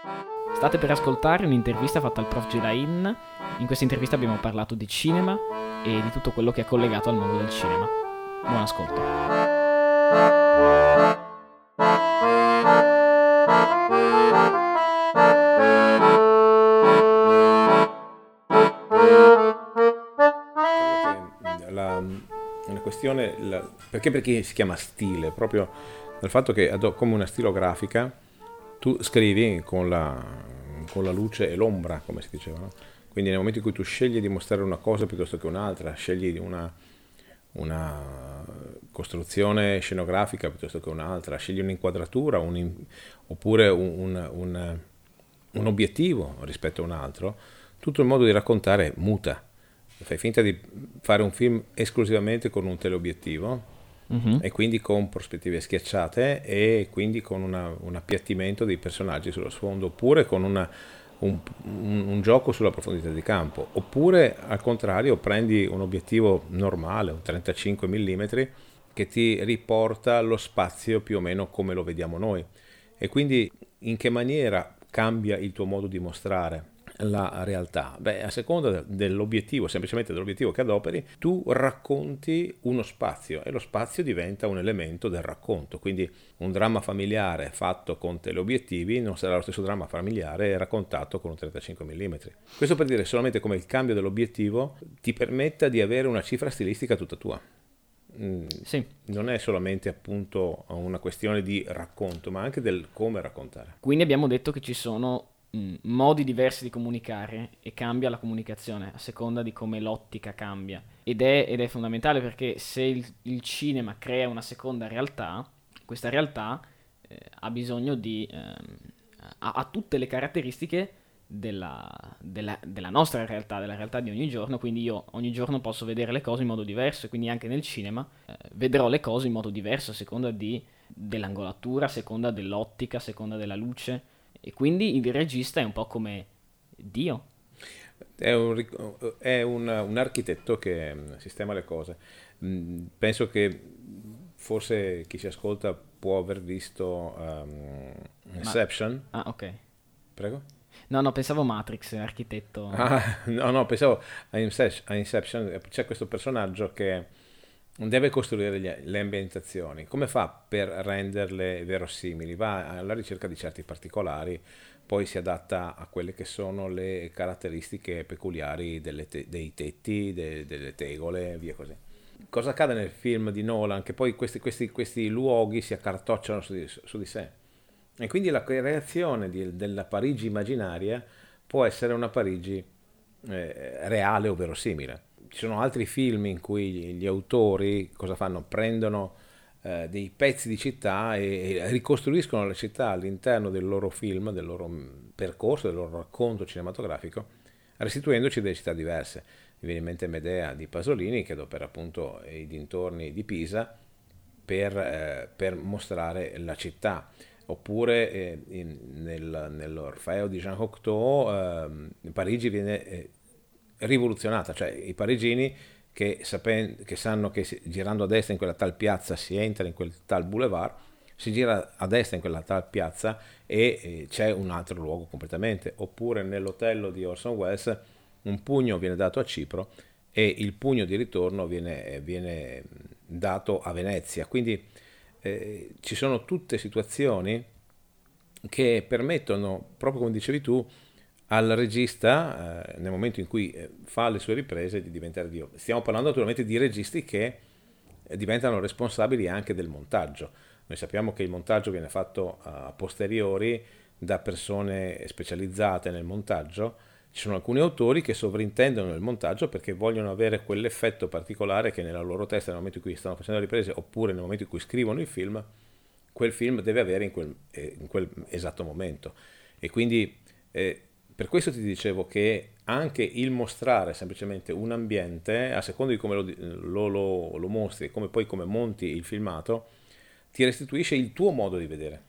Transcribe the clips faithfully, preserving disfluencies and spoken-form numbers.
State per ascoltare un'intervista fatta al prof Gelain. In questa intervista abbiamo parlato di cinema e di tutto quello che è collegato al mondo del cinema. Buon ascolto. La, la questione, la, perché, perché si chiama stile? Proprio dal fatto che come una stilografica tu scrivi con la, con la luce e l'ombra, come si diceva, no? Quindi nel momento in cui tu scegli di mostrare una cosa piuttosto che un'altra, scegli una, una costruzione scenografica piuttosto che un'altra, scegli un'inquadratura un, oppure un, un, un, un obiettivo rispetto a un altro, tutto il modo di raccontare muta. Fai finta di fare un film esclusivamente con un teleobiettivo, uh-huh. e quindi con prospettive schiacciate e quindi con una, un appiattimento dei personaggi sullo sfondo, oppure con una, un, un, un gioco sulla profondità di campo, oppure al contrario prendi un obiettivo normale, un trentacinque millimetri, che ti riporta lo spazio più o meno come lo vediamo noi. E quindi in che maniera cambia il tuo modo di mostrare la realtà? Beh, a seconda dell'obiettivo, semplicemente dell'obiettivo che adoperi, tu racconti uno spazio e lo spazio diventa un elemento del racconto. Quindi un dramma familiare fatto con teleobiettivi non sarà lo stesso dramma familiare raccontato con un trentacinque millimetri. Questo per dire solamente come il cambio dell'obiettivo ti permetta di avere una cifra stilistica tutta tua. Mm, sì. Non è solamente appunto una questione di racconto, ma anche del come raccontare. Quindi abbiamo detto che ci sono modi diversi di comunicare e cambia la comunicazione a seconda di come l'ottica cambia, ed è, ed è fondamentale, perché se il, il cinema crea una seconda realtà, questa realtà eh, ha bisogno di eh, ha, ha tutte le caratteristiche della, della, della nostra realtà, della realtà di ogni giorno. Quindi io ogni giorno posso vedere le cose in modo diverso, e quindi anche nel cinema eh, vedrò le cose in modo diverso a seconda di, dell'angolatura, a seconda dell'ottica, a seconda della luce. E quindi il regista è un po' come Dio. È un, è un, un architetto che sistema le cose. Penso che forse chi ci ascolta può aver visto um, Inception. Ma, ah, ok. Prego? No, no, pensavo Matrix, architetto. Ah, no, no, pensavo a Inception. C'è questo personaggio che deve costruire gli, le ambientazioni. Come fa per renderle verosimili? Va alla ricerca di certi particolari, poi si adatta a quelle che sono le caratteristiche peculiari delle te, dei tetti, de, delle tegole, via così. Cosa accade nel film di Nolan? Che poi questi, questi, questi luoghi si accartocciano su di, su di sé. E quindi la creazione di, della Parigi immaginaria può essere una Parigi eh, reale o verosimile. Ci sono altri film in cui gli autori cosa fanno? Prendono eh, dei pezzi di città e, e ricostruiscono la città all'interno del loro film, del loro percorso, del loro racconto cinematografico, restituendoci delle città diverse. Mi viene in mente Medea di Pasolini, che adopera appunto i dintorni di Pisa per, eh, per mostrare la città. Oppure eh, in, nel, nell'Orfeo di Jean Cocteau eh, Parigi viene eh, rivoluzionata, cioè i parigini che, sapen- che sanno che si- girando a destra in quella tal piazza si entra in quel tal boulevard, si gira a destra in quella tal piazza e, e c'è un altro luogo completamente. Oppure nell'hotel di Orson Welles un pugno viene dato a Cipro e il pugno di ritorno viene, viene dato a Venezia. Quindi eh, ci sono tutte situazioni che permettono, proprio come dicevi tu, al regista, eh, nel momento in cui eh, fa le sue riprese, di diventare Dio. Stiamo parlando naturalmente di registi che eh, diventano responsabili anche del montaggio. Noi sappiamo che il montaggio viene fatto a posteriori da persone specializzate nel montaggio. Ci sono alcuni autori che sovrintendono il montaggio perché vogliono avere quell'effetto particolare che nella loro testa, nel momento in cui stanno facendo le riprese, oppure nel momento in cui scrivono il film, quel film deve avere in quel, eh, in quel esatto momento. E quindi eh, per questo ti dicevo che anche il mostrare semplicemente un ambiente, a seconda di come lo, lo, lo, lo mostri, come poi come monti il filmato, ti restituisce il tuo modo di vedere.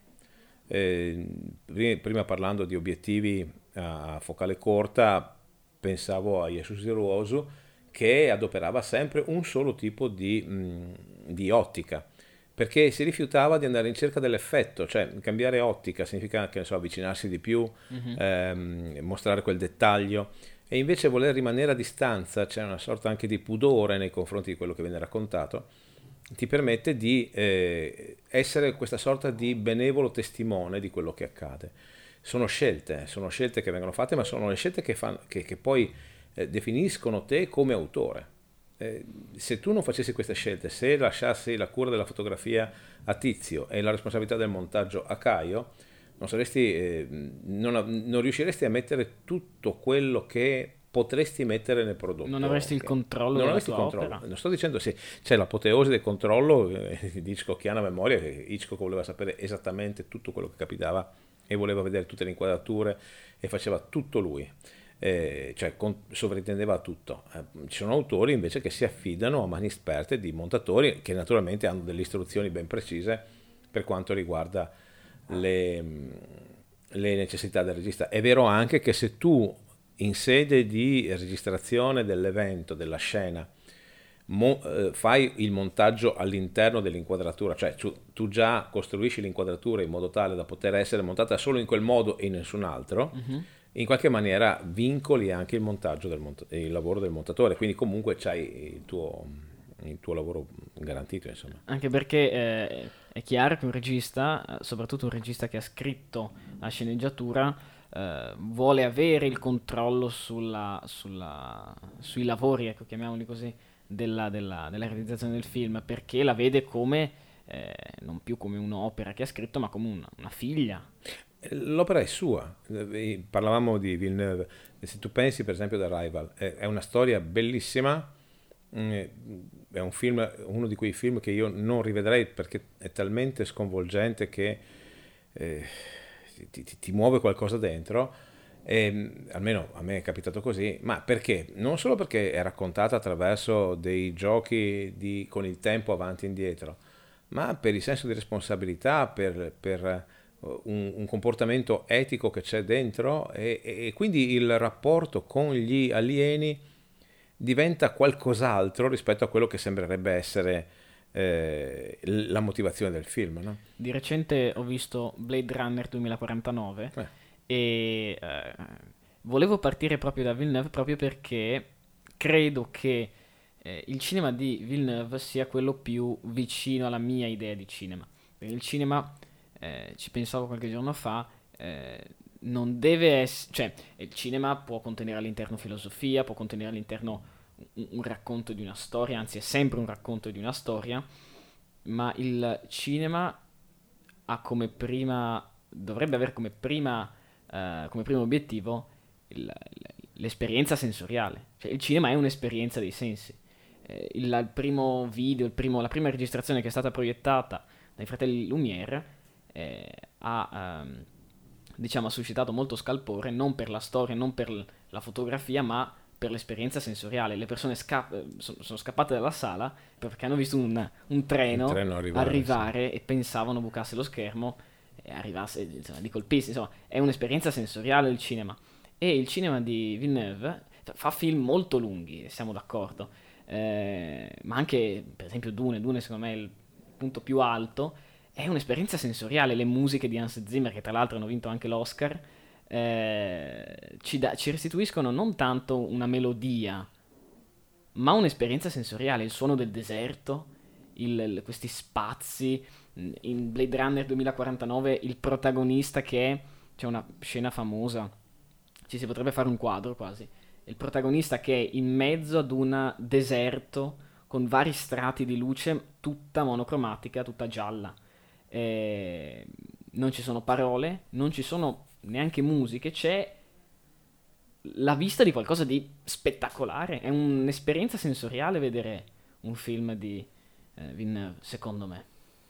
Eh, prima parlando di obiettivi a focale corta, pensavo a Yasushi Ozu, che adoperava sempre un solo tipo di, mh, di ottica. perché si rifiutava di andare in cerca dell'effetto, cioè cambiare ottica significa, che ne so, avvicinarsi di più, Mhm. ehm, mostrare quel dettaglio, e invece voler rimanere a distanza, c'è una sorta anche di pudore nei confronti di quello che viene raccontato, ti permette di eh, essere questa sorta di benevolo testimone di quello che accade. Sono scelte, sono scelte che vengono fatte, ma sono le scelte che, fan- che- che poi eh, definiscono te come autore. Eh, se tu non facessi queste scelte, se lasciassi la cura della fotografia a Tizio e la responsabilità del montaggio a Caio, non, saresti, eh, non, non riusciresti a mettere tutto quello che potresti mettere nel Non prodotto. avresti il Che controllo non della avresti tua controllo. opera. Non sto dicendo sì, c'è l'apoteosi del controllo eh, di Hitchcockiana memoria, che Hitchcock voleva sapere esattamente tutto quello che capitava e voleva vedere tutte le inquadrature e faceva tutto lui. Eh, cioè con, sovrintendeva a tutto. Eh, ci sono autori invece che si affidano a mani esperte di montatori che naturalmente hanno delle istruzioni ben precise per quanto riguarda le, le necessità del regista. È vero anche che se tu in sede di registrazione dell'evento, della scena, mo, eh, fai il montaggio all'interno dell'inquadratura, cioè tu, tu già costruisci l'inquadratura in modo tale da poter essere montata solo in quel modo e in nessun altro, Mhm. in qualche maniera vincoli anche il montaggio del mont- il lavoro del montatore, quindi comunque c'hai il tuo, il tuo lavoro garantito, insomma. Anche perché eh, è chiaro che un regista, eh, soprattutto un regista che ha scritto la sceneggiatura, eh, vuole avere il controllo sulla, sulla- sui lavori, ecco, chiamiamoli così, della, della- della realizzazione del film, perché la vede come, eh, non più come un'opera che ha scritto, ma come una, una figlia. L'opera è sua. Eh, parlavamo di Villeneuve, e se tu pensi per esempio ad Arrival, è, è una storia bellissima, mm, è un film, uno di quei film che io non rivedrei perché è talmente sconvolgente che eh, ti, ti- ti muove qualcosa dentro, e, mm, almeno a me è capitato così, ma perché? Non solo perché è raccontata attraverso dei giochi di, con il tempo avanti e indietro, ma per il senso di responsabilità, per, per, eh, un, un comportamento etico che c'è dentro, e, e quindi il rapporto con gli alieni diventa qualcos'altro rispetto a quello che sembrerebbe essere eh, la motivazione del film, no? Di recente ho visto Blade Runner duemilaquarantanove Eh, e eh, volevo partire proprio da Villeneuve proprio perché credo che eh, il cinema di Villeneuve sia quello più vicino alla mia idea di cinema. Perché il cinema, eh, ci pensavo qualche giorno fa, eh, non deve essere... cioè, il cinema può contenere all'interno filosofia, può contenere all'interno un, un racconto di una storia, anzi è sempre un racconto di una storia, ma il cinema ha come prima, dovrebbe avere come prima, eh, come primo obiettivo il- l'esperienza sensoriale. Cioè, il cinema è un'esperienza dei sensi. Eh, il, il primo video, il primo- la prima registrazione che è stata proiettata dai fratelli Lumière eh, ha, ehm, diciamo, ha suscitato molto scalpore, non per la storia, non per l- la fotografia, ma per l'esperienza sensoriale. Le persone sca- eh, so- sono scappate dalla sala perché hanno visto un, un il treno treno arrivare, sì. arrivare e pensavano bucasse lo schermo e arrivasse, insomma, li colpisse. Insomma, è un'esperienza sensoriale il cinema. E il cinema di Villeneuve fa film molto lunghi, siamo d'accordo. Eh, ma anche, per esempio, Dune. Dune, secondo me, è il punto più alto. È un'esperienza sensoriale. Le musiche di Hans Zimmer, che tra l'altro hanno vinto anche l'Oscar, eh, ci, da- ci restituiscono non tanto una melodia, ma un'esperienza sensoriale. Il suono del deserto, il- il- questi spazi. In Blade Runner duemilaquarantanove il protagonista che è... C'è una scena famosa, ci si potrebbe fare un quadro quasi. Il protagonista che è in mezzo ad un deserto con vari strati di luce, tutta monocromatica, tutta gialla. Eh, non ci sono parole, non ci sono neanche musiche, c'è la vista di qualcosa di spettacolare. È un'esperienza sensoriale vedere un film di eh, Villeneuve, secondo me.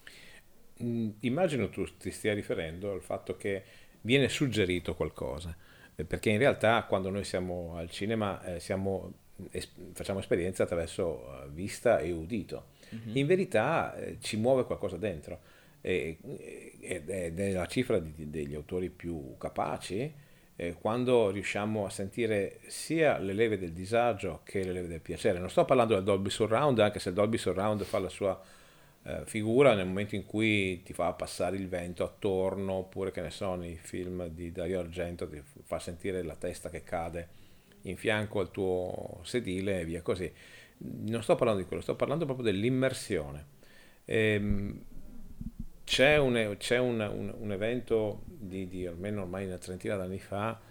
Mm, Immagino tu ti stia riferendo al fatto che viene suggerito qualcosa, eh, perché in realtà quando noi siamo al cinema eh, siamo- es- facciamo esperienza attraverso eh, vista e udito. Mhm. In verità eh, ci muove qualcosa dentro, e- e- ed è ed è la cifra di- degli autori più capaci, eh, quando riusciamo a sentire sia le leve del disagio che le leve del piacere. Non sto parlando del Dolby Surround, anche se il Dolby Surround fa la sua eh, figura nel momento in cui ti fa passare il vento attorno, oppure che ne so, nei film di Dario Argento ti fa sentire la testa che cade in fianco al tuo sedile e via così. Non sto parlando di quello, sto parlando proprio dell'immersione. Ehm, c'è un, c'è un, un- un evento di, di almeno ormai una trentina d'anni fa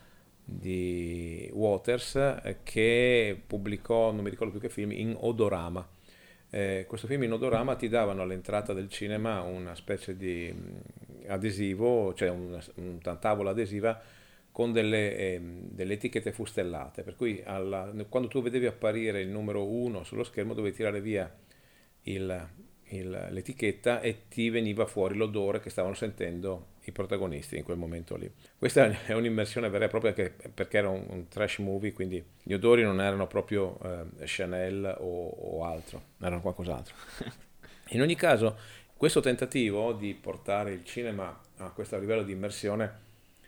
di Waters, eh, che pubblicò, non mi ricordo più che film, in odorama. Eh, questo film in odorama ti davano all'entrata del cinema una specie di mh, adesivo, cioè una, una tavola adesiva con delle, ehm, delle etichette fustellate, per cui alla- quando tu vedevi apparire il numero uno sullo schermo dovevi tirare via il- il- l'etichetta e ti veniva fuori l'odore che stavano sentendo i protagonisti in quel momento lì. Questa è un'immersione vera e propria, che- perché era un, un trash movie, quindi gli odori non erano proprio eh, Chanel o, o altro, erano qualcos'altro. In ogni caso, questo tentativo di portare il cinema a questo livello di immersione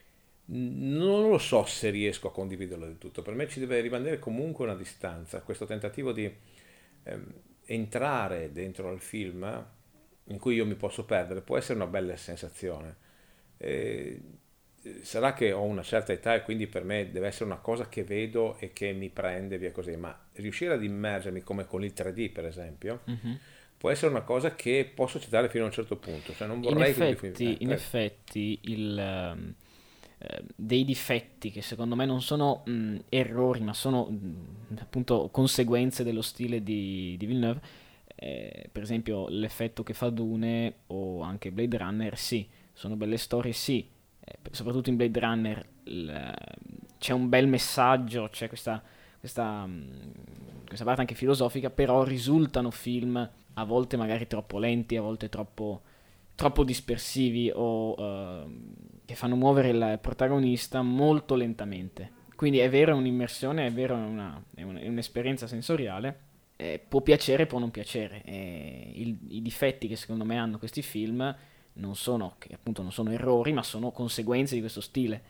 non lo so se riesco a condividerlo del tutto. Per me ci deve rimanere comunque una distanza. Questo tentativo di ehm, entrare dentro al film in cui io mi posso perdere può essere una bella sensazione. Eh, Sarà che ho una certa età e quindi per me deve essere una cosa che vedo e che mi prende via così, ma riuscire ad immergermi come con il tre D, per esempio, Mhm. può essere una cosa che posso accettare fino a un certo punto. Cioè non In vorrei che mi... effetti, Eh, in prego. effetti il, ehm, eh, dei difetti che secondo me non sono mh, errori, ma sono mh, appunto conseguenze dello stile di, di Villeneuve, eh, per esempio l'effetto che fa Dune o anche Blade Runner, sì, sono belle storie, sì, eh, soprattutto in Blade Runner il- c'è un bel messaggio, c'è questa, questa, mh, questa parte anche filosofica, però risultano film a volte magari troppo lenti, a volte troppo, troppo dispersivi o ehm, che fanno muovere il protagonista molto lentamente. Quindi è vero, è un'immersione, è vero, è, una- è un- è un'esperienza sensoriale, eh, può piacere, può non piacere. E il- i difetti che secondo me hanno questi film non sono, che appunto non sono errori, ma sono conseguenze di questo stile.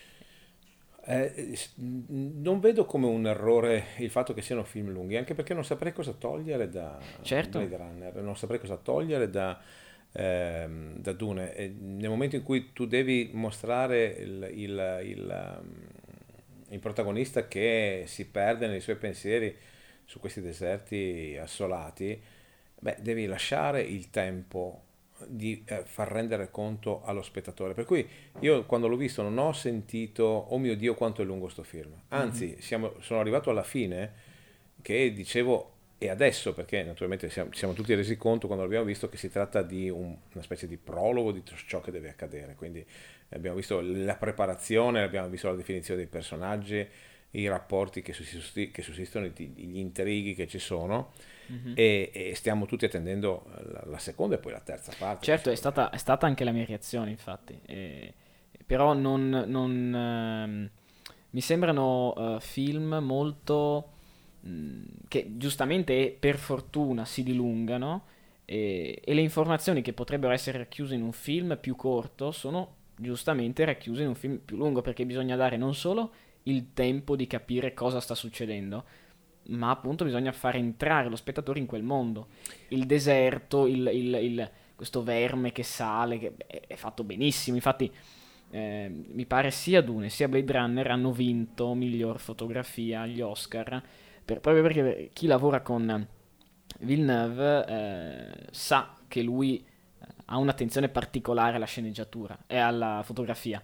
Eh, s- non vedo come un errore il fatto che siano film lunghi, anche perché non saprei cosa togliere da Certo, Blade Runner, non saprei cosa togliere da, ehm, da Dune. E nel momento in cui tu devi mostrare il, il- il, um, il protagonista che si perde nei suoi pensieri su questi deserti assolati, beh, devi lasciare il tempo di eh, far rendere conto allo spettatore. Per cui io quando l'ho visto non ho sentito, oh mio Dio, quanto è lungo sto film. mhm, Anzi, siamo- sono arrivato alla fine che dicevo, e adesso, perché naturalmente siamo, ci siamo tutti resi conto quando l'abbiamo visto che si tratta di un- una specie di prologo di ciò che deve accadere. Quindi abbiamo visto la preparazione, abbiamo visto la definizione dei personaggi, i rapporti che, sussisti- che sussistono, i- gli intrighi che ci sono. mhm. E, e stiamo tutti attendendo la, la seconda e poi la terza parte, Certo, è questo stata, è stata anche la mia reazione, infatti. Eh, però non, non, ehm, mi sembrano eh, film molto mh, che giustamente per fortuna si dilungano e, e le informazioni che potrebbero essere racchiuse in un film più corto sono giustamente racchiuse in un film più lungo perché bisogna dare non solo il tempo di capire cosa sta succedendo, ma appunto bisogna far entrare lo spettatore in quel mondo. Il deserto, il, il- il- questo verme che sale, che è, è fatto benissimo. Infatti, eh, mi pare sia Dune sia Blade Runner hanno vinto miglior fotografia agli Oscar, per- proprio perché chi lavora con Villeneuve eh, sa che lui eh, ha un'attenzione particolare alla sceneggiatura e alla fotografia.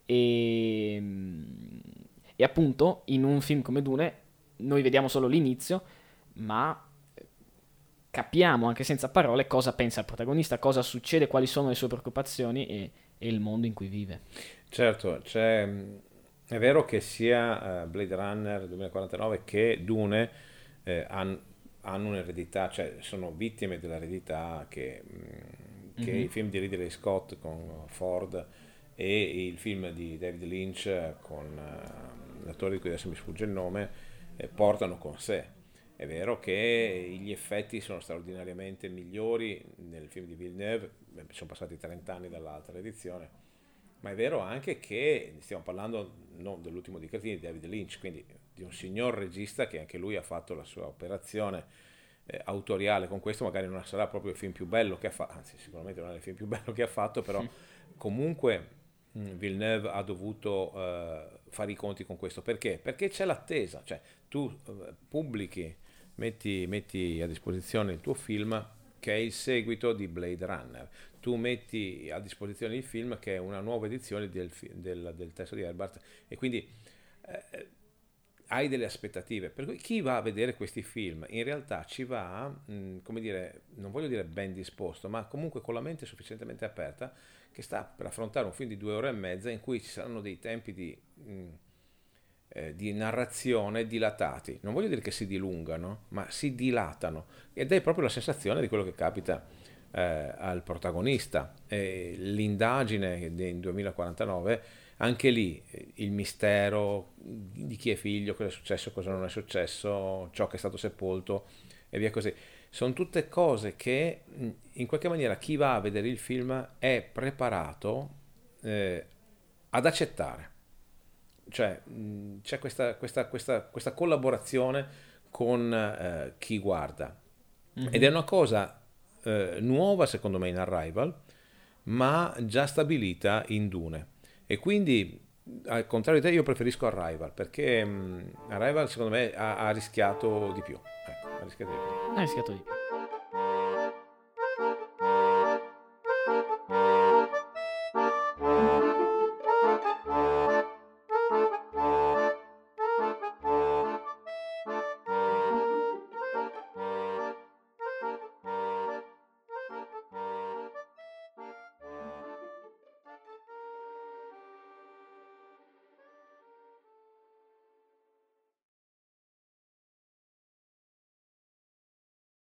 E, e appunto in un film come Dune noi vediamo solo l'inizio, ma capiamo anche senza parole cosa pensa il protagonista, cosa succede, quali sono le sue preoccupazioni e, e il mondo in cui vive. certo, c'è, mh, è vero che sia eh, Blade Runner duemilaquarantanove che Dune eh, han- hanno un'eredità, cioè sono vittime dell'eredità che, mh, che Mhm. i film di Ridley Scott con Ford e il film di David Lynch con eh, l'attore di cui adesso mi sfugge il nome eh, portano con sé. È vero che gli effetti sono straordinariamente migliori nel film di Villeneuve, beh, sono passati trenta anni dall'altra edizione, ma è vero anche che stiamo parlando non dell'ultimo di Catini, di David Lynch, quindi di un signor regista che anche lui ha fatto la sua operazione eh, autoriale con questo, magari non sarà proprio il film più bello che ha fatto, anzi sicuramente non è il film più bello che ha fatto, però comunque mh, Villeneuve ha dovuto eh, fare i conti con questo. Perché? Perché c'è l'attesa, cioè tu eh, pubblichi, metti, metti a disposizione il tuo film che è il seguito di Blade Runner, tu metti a disposizione il film che è una nuova edizione del, del, del testo di Herbert, e quindi eh, hai delle aspettative, per cui chi va a vedere questi film in realtà ci va, mh, come dire, non voglio dire ben disposto, ma comunque con la mente sufficientemente aperta, che sta per affrontare un film di due ore e mezza in cui ci saranno dei tempi di, mh, eh, di narrazione dilatati. Non voglio dire che si dilungano, ma si dilatano, ed è proprio la sensazione di quello che capita eh, al protagonista. E l'indagine del duemilaquarantanove, anche lì eh, il mistero di chi è figlio, cosa è successo, cosa non è successo, ciò che è stato sepolto e via così. Sono tutte cose che in qualche maniera chi va a vedere il film è preparato eh, ad accettare. Cioè mh, c'è questa, questa, questa, questa collaborazione con eh, chi guarda. Mhm. Ed è una cosa eh, nuova secondo me in Arrival, ma già stabilita in Dune. E quindi, al contrario di te, io preferisco Arrival, perché mh, Arrival secondo me ha, ha rischiato di più. Ecco, ha rischiato di più. Hai rischiato di più.